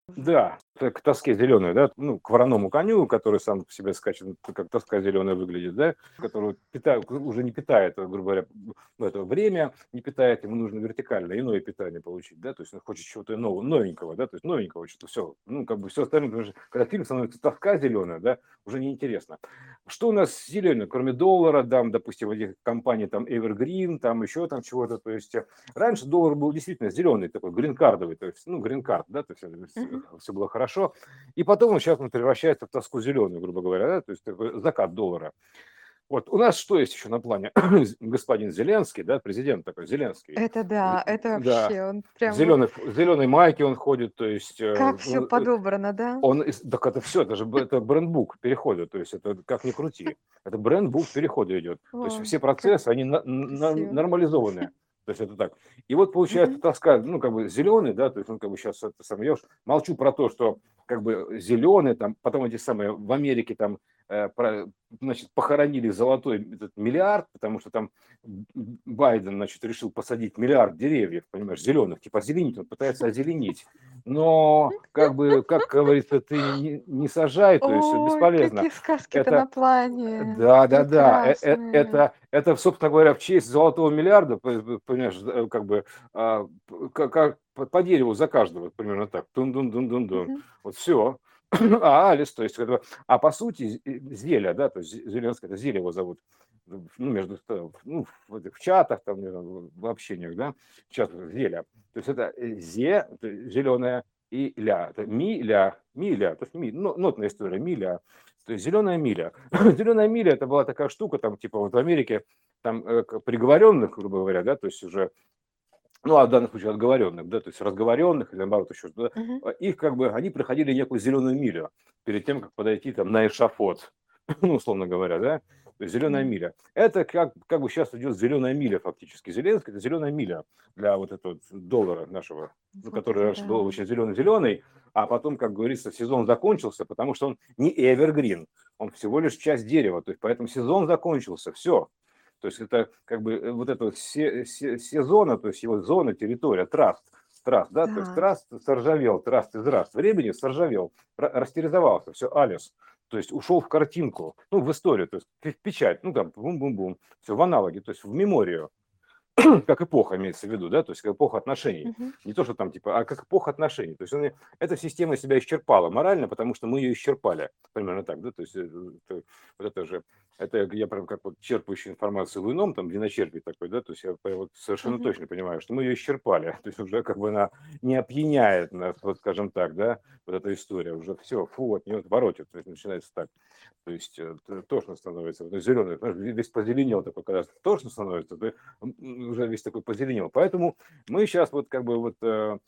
Да, к тоске зеленой, да, ну, к вороному коню, который сам по себе скачет, как тоска зеленая выглядит, да, который уже не питает, грубо говоря, это время не питает, ему нужно вертикальное, иное питание получить, да, то есть он хочет чего-то нового, новенького, да, то есть новенького, что-то все, ну, как бы все остальное, потому что когда фильм становится тоска зеленая, да, уже неинтересно. Что у нас зеленое, кроме доллара, там, допустим, этих компаний, там, Evergreen, там, еще там чего-то, то есть раньше доллар был действительно зеленый, такой грин-кардовый, то есть, ну, грин-кард, да, то есть Мгм. все было хорошо. И потом он сейчас он превращается в тоску зеленую, грубо говоря, да, то есть такой закат доллара. Вот у нас что есть еще на плане? Господин Зеленский, да, президент такой Зеленский, Это да, это да, вообще, он в прям вот зеленой майке он ходит, то есть как все подобрано, да? так это все, это же это брендбук перехода, то есть это как ни крути, это брендбук перехода идет, то есть Ой, все как процессы, они красиво. нормализованные, то есть это так. И вот получается Мгм. тоска, ну как бы зеленый, да, то есть он как бы сейчас это самое, я уж молчу про то, что как бы зеленый, там, потом эти самые в Америке там, значит, похоронили золотой этот миллиард, потому что там Байден, значит, решил посадить миллиард деревьев, понимаешь, зеленых, типа озеленить, он пытается озеленить, но, как бы, как говорится, ты не сажай, то есть Ой, бесполезно. какие сказки-то Это, на плане. да, Прекрасные. собственно говоря, в честь золотого миллиарда, понимаешь, как бы как по дереву за каждого, примерно так, тун-дун-дун-дун-дун, Мгм. вот все. А Алис, то есть, а по сути, Зеля, да, то есть Зеленский, это Зеля его зовут, ну, между, ну, в чатах, там, не знаю, в общениях, да, в чатах Зеля. То есть это зеленая, и ля, это миля, то есть нотная история, миля, то есть зеленая миля. Зеленая миля это была такая штука, там, типа, вот в Америке, там, приговоренных, грубо говоря, да, то есть уже, ну, а в данном случае отговоренных, да, то есть разговоренных, или наоборот еще что-то, Мгм. их как бы, они проходили некую зеленую милю перед тем, как подойти там на эшафот, ну, условно говоря, да, то есть зеленая Да. миля. Это как бы сейчас идет зеленая миля фактически. Зеленский это зеленая миля для вот этого доллара нашего, ну, Вот который это раньше был да. очень зеленый-зеленый, а потом, как говорится, сезон закончился, потому что он не evergreen, он всего лишь часть дерева, то есть поэтому сезон закончился, все. То есть это как бы вот эта вот сезона, то есть его зона, территория, траст, да, то есть Да. траст соржавел, траст из раст, времени соржавел, растеризовался, все, алис, то есть ушел в картинку, ну, в историю, то есть в печать, ну, там, бум-бум-бум, все в аналоге, то есть в меморию, как эпоха имеется в виду, да, то есть как эпоха отношений. Мгм. Не то, что там типа, а как эпоха отношений. То есть эта система себя исчерпала морально, потому что мы ее исчерпали. Примерно так, да, то есть вот это же, это я прям как вот черпающий информацию в ином, там, виночерпий такой, да, то есть я прям вот совершенно Мгм. точно понимаю, что мы ее исчерпали. То есть уже как бы она не опьяняет нас, вот скажем так, да, вот эта история уже все, фу, от нее воротит, то есть начинается так. То есть тошно становится, зеленый, весь позеленел такой, когда тошно становится, уже весь такой позеленел. Поэтому мы сейчас вот как бы вот,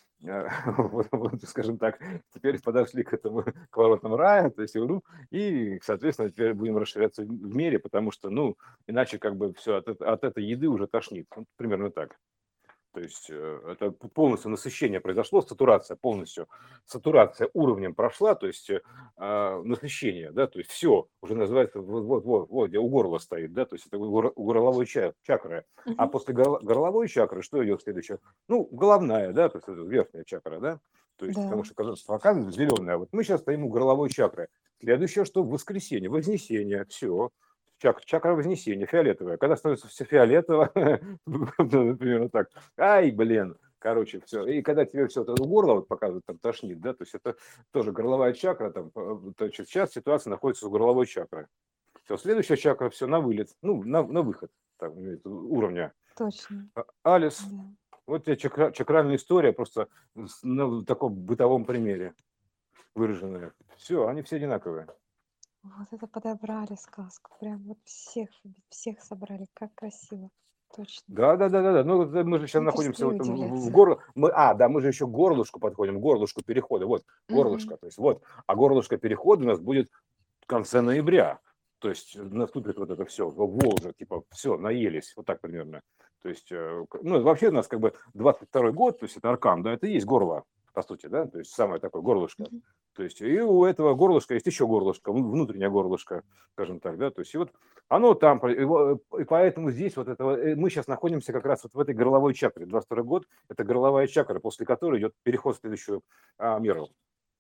вот, скажем так, теперь подошли к этому, к воротам рая, то есть, ну, и, соответственно, теперь будем расширяться в мире, потому что, ну, иначе как бы все от этой еды уже тошнит. Ну, примерно так. То есть это полностью насыщение произошло, сатурация полностью, сатурация уровнем прошла, то есть насыщение, да, то есть все уже называется вот, где у горла стоит, да, то есть это у горловой чакры. А Мгм. после горловой чакры что идет следующее? Ну, головная, да, то есть это верхняя чакра, да, то есть потому Да. что оказывается зеленая. Вот мы сейчас стоим у горловой чакры. Следующее, что воскресенье, вознесение, все. Чакра вознесения, фиолетовая. Когда становится все фиолетово, примерно так, ай, блин, короче, все. И когда тебе все это горло вот показывают, там тошнит, да, то есть это тоже горловая чакра, там, то есть сейчас ситуация находится у горловой чакры. Все, следующая чакра, все, на вылет, ну, на выход там, уровня. Точно. Алис, Да. вот тебе чакральная история, просто на таком бытовом примере выраженная. Все, они все одинаковые. Вот это подобрали сказку. Прям вот всех собрали. Как красиво. Точно. Да. Ну, вот мы же сейчас Ну, находимся перестаю вот в удивляться. горло. Да, мы же еще к горлышку подходим, к горлышку перехода. Вот, Мгм. горлышко. То есть вот, а горлышко перехода у нас будет в конце ноября. То есть наступит вот это все, уже, типа, все, наелись, вот так примерно. То есть, ну, вообще у нас как бы 22-й год, то есть это аркан, да, это и есть горло, по сути, да, то есть самое такое горлышко. Мгм. То есть и у этого горлышка есть еще горлышко, внутреннее горлышко, скажем так, да, то есть и вот оно там, и поэтому здесь вот это, мы сейчас находимся как раз вот в этой горловой чакре. 22-й год – это горловая чакра, после которой идет переход в следующую меру.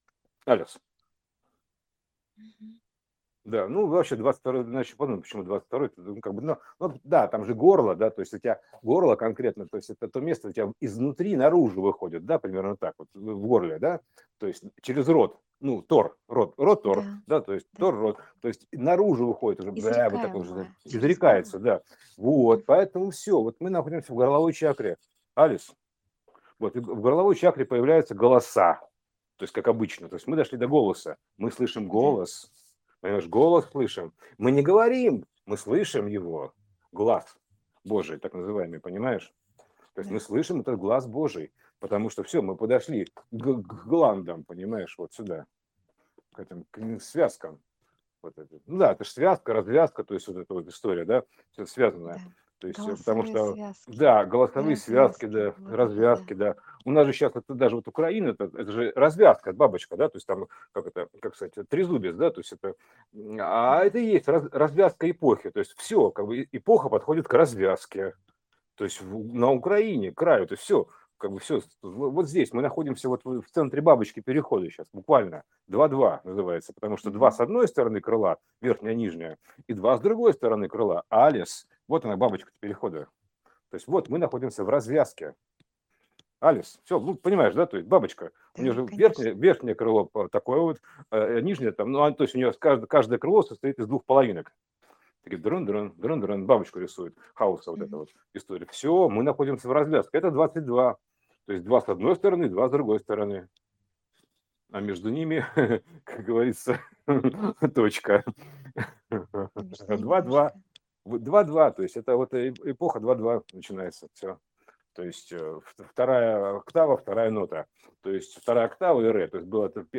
Алис. Мгм. Да, ну вообще 22-й, значит, подумай, почему 22-й, ну, как бы, ну, да, там же горло, да, то есть у тебя горло конкретно, то есть это то место у тебя изнутри наружу выходит, да, примерно так вот, в горле, да, то есть через рот, ну, тор, Да, да, то есть да. рот, то есть наружу выходит уже, вот так уже Изрекаемое через горло. изрекается, да, вот, Мгм. поэтому все, вот мы находимся в горловой чакре, Алис, вот, и в горловой чакре появляются голоса, то есть как обычно, то есть мы дошли до голоса, мы слышим Да, голос, понимаешь, голос слышим, мы не говорим, мы слышим его, глаз Божий, так называемый, понимаешь? То есть мы да. слышим этот глаз Божий, потому что все, мы подошли к гландам, понимаешь, вот сюда, к этим к связкам. Вот это. Ну да, это же связка, развязка, то есть вот эта вот история, да, все связанное. Да. То есть, потому Голосовые что, связки, да, голосовые связки, развязки. да, Вот это развязки, да. да. У нас же сейчас, это даже вот Украина, это же развязка, бабочка, да, то есть там, как это, как сказать, трезубец, да, то есть это, а Да. это и есть развязка эпохи, то есть все, как бы эпоха подходит к развязке. То есть на Украине, краю, то есть все, как бы все, вот здесь мы находимся вот в центре бабочки перехода сейчас, буквально 2-2 называется, потому что 2 с Мгм. одной стороны крыла, верхняя, нижняя, и 2 с другой стороны крыла, Алис, вот она бабочка перехода. То есть вот мы находимся в развязке. Алис, все, ну, понимаешь, да, то есть бабочка, у нее Да, же конечно. верхнее крыло такое вот, нижнее там, ну, то есть у нее каждое крыло состоит из 2 половинок. Такие дрон, бабочку рисует, хаоса вот эта Мгм. вот история. Все, мы находимся в развязке. Это 22. То есть 2 с одной стороны, 2 с другой стороны. А между ними, как говорится, точка. А между ними 2-2. точка. 2-2, то есть это вот эпоха 2-2 начинается. Все. То есть вторая октава, вторая нота. То есть вторая октава и ре. То есть было это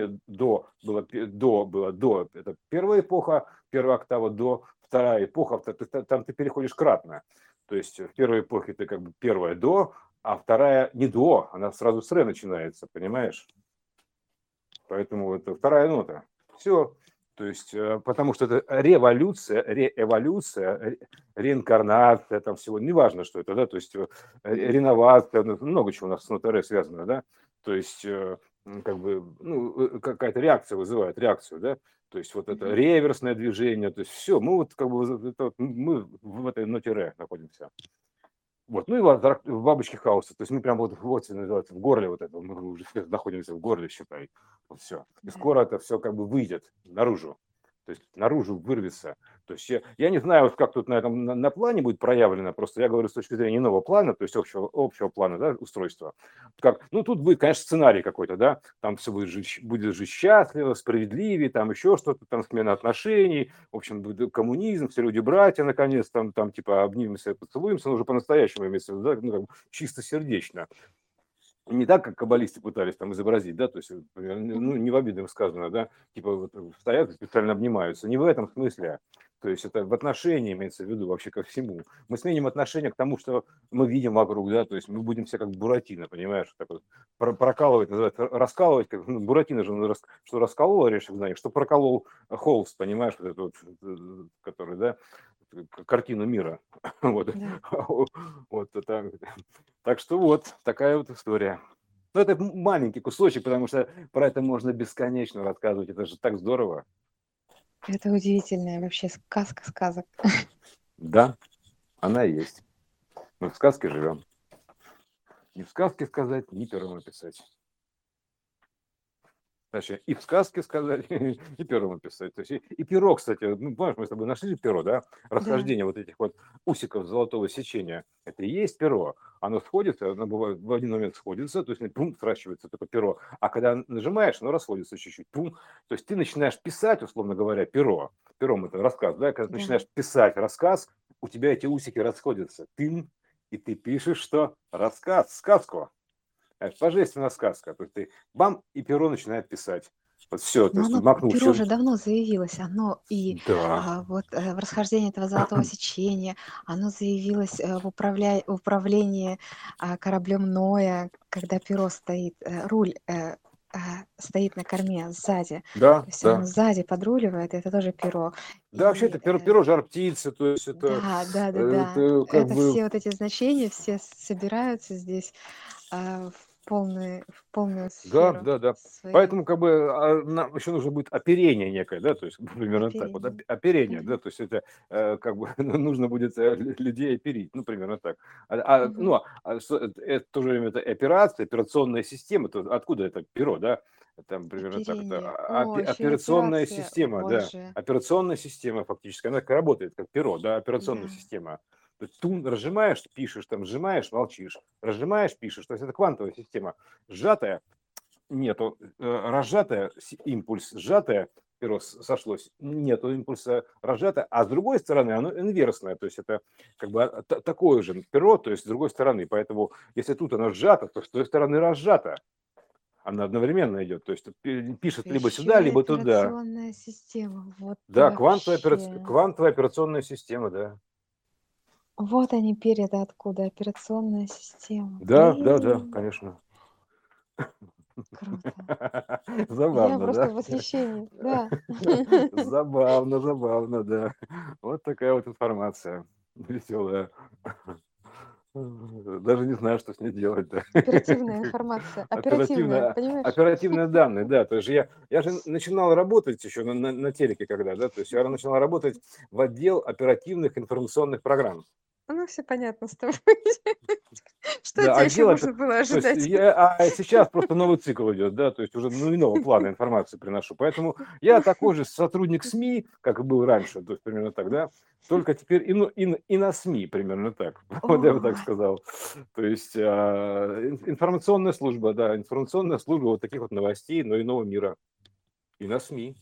до, это первая эпоха, первая октава до, вторая эпоха, там ты переходишь кратно. То есть в первой эпохе ты как бы первая до, а вторая не до, она сразу с ре начинается, понимаешь? Поэтому это вторая нота. Все. То есть, потому что это революция, реэволюция, реинкарнация, там всего, неважно, что это, да, то есть Мгм. реновация, много чего у нас с нотой ре связано, да, то есть, как бы, ну, какая-то реакция вызывает реакцию, да, то есть вот это Мгм. реверсное движение, то есть все, мы вот как бы, мы в этой ноте ре находимся. Вот, ну и в бабочке хаоса. То есть мы прям вот что называется, в горле вот это, мы уже находимся в горле, считай. Вот все. И Да. скоро это все как бы выйдет наружу. То есть наружу вырвется. То есть я не знаю, вот как тут на этом на плане будет проявлено, просто я говорю с точки зрения иного плана, то есть общего плана, да, устройства. Как, ну тут будет, конечно, сценарий какой-то, да, там все будет жить счастливо, справедливее, там еще что-то, там смена отношений, в общем, будет коммунизм, все люди братья, наконец, там типа обнимемся, поцелуемся, но уже по-настоящему имеется в виду, да, ну, как бы чисто сердечно. Не так, как каббалисты пытались там изобразить, да, то есть, например, ну, Мгм. не в обиду им сказано, да, типа вот стоят и специально обнимаются. Не в этом смысле. То есть это в отношении имеется в виду вообще ко всему. Мы сменим отношение к тому, что мы видим вокруг, да, то есть мы будем все как Буратино, понимаешь, так вот прокалывать, называется, раскалывать, как, ну, Буратино же, что расколол орешек, знаешь, что проколол Холст, понимаешь, вот этот вот, который, да, картину мира. Вот, Да. вот это. Так что вот такая вот история. Ну, это маленький кусочек, потому что про это можно бесконечно рассказывать. Это же так здорово. Это удивительная вообще сказка сказок. Да, она и есть. Мы в сказке живем. Не в сказке сказать, не пером написать. Точнее, и в сказке сказать, и пером написать. То есть и перо, кстати, ну, помнишь, мы с тобой нашли перо, да? Да. Расхождение вот этих вот усиков золотого сечения. Это и есть перо. Оно сходится, оно бывает, в один момент сходится, то есть пум, сращивается такое перо. А когда нажимаешь, оно расходится чуть-чуть. Пум. То есть ты начинаешь писать, условно говоря, перо. Пером это рассказ, да? Когда ты Да. начинаешь писать рассказ, у тебя эти усики расходятся. Ты, и ты пишешь что? Рассказ, сказку. Божественная сказка. То есть ты бам, и перо начинает писать. Вот все, то Но есть оно, макнул перо уже давно заявилось, оно и Да, вот в расхождении этого золотого сечения, оно заявилось в управлении кораблем Ноя, когда перо стоит, руль стоит на корме сзади, да, то есть оно да. сзади подруливает, и это тоже перо. Да, вообще И это перо жар птицы, то есть да, да. это как Это бы все вот эти значения, все собираются здесь в полную Да, сферу да, да. свою Поэтому как бы нам еще нужно будет оперение некое, да, то есть примерно так. Вот оперение. оперение, да, Мгм, то есть это как бы нужно будет людей оперить, ну, примерно так. мгм. Ну, в то же время это операция, операционная система, то откуда это перо, да? Там примерно так. Это Оперение. О, еще и операционная операция. система, да. Боже. Операционная система фактически, она как работает как перо, да, операционная Да. система. То есть тун разжимаешь, пишешь, там сжимаешь, молчишь, разжимаешь, пишешь. То есть это квантовая система сжатая, нету разжатое, импульс сжатое, перо сошлось, нету импульса разжатое, а с другой стороны оно инверсное, то есть это как бы такое же перо, то есть с другой стороны, поэтому если тут оно сжато, то с той стороны разжато, она одновременно идет, то есть пишет либо сюда, Еще и либо туда. операционная система. Вот Да, вообще. квантовая операционная система, да. Вот они переда откуда. Операционная система. Да, да, да, Блин, конечно. круто. Я Забавно, просто да? в восхищении. Да. Забавно, забавно, да. Вот такая вот информация веселая. Даже не знаю, что с ней делать, да. Оперативная информация. Оперативная, понимаешь? Оперативные данные, да. То есть я же начинал работать еще на телеке когда, да, то есть я начинал работать в отдел оперативных информационных программ. Ну, все понятно с тобой. Что от Да, тебя еще отдел можно было то есть ожидать? сейчас просто новый цикл идет, да, то есть уже ну, иного плана информацию приношу. Поэтому я такой же сотрудник СМИ, как и был раньше, то есть примерно так, да, только теперь и на СМИ примерно так, вот я бы так Ой, сказал. То есть информационная служба, да, информационная служба вот таких вот новостей, но иного мира. И на СМИ.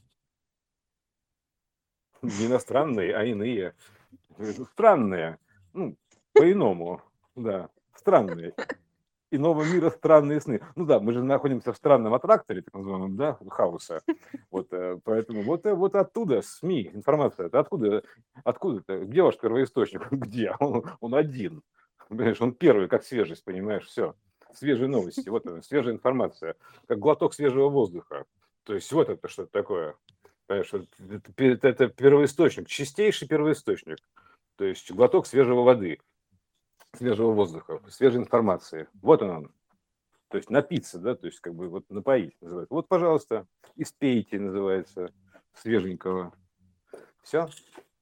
Не иностранные, а иные. Странные. Ну, по-иному, да, странные. Иного мира странные сны. Ну да, мы же находимся в странном аттракторе, так называемом, да, хаоса. Вот, поэтому вот оттуда СМИ, информация, это откуда-то, где ваш первоисточник? Где? Он один. Понимаешь, он первый, как свежесть, понимаешь, все. Свежие новости, вот она, свежая информация, как глоток свежего воздуха. То есть вот это что-то такое. Понимаешь, вот это первоисточник, чистейший первоисточник. То есть глоток свежего воды, свежего воздуха, свежей информации. Вот он. То есть напиться, да, то есть как бы вот напоить называется. Вот, пожалуйста, испейте, называется, свеженького. Все.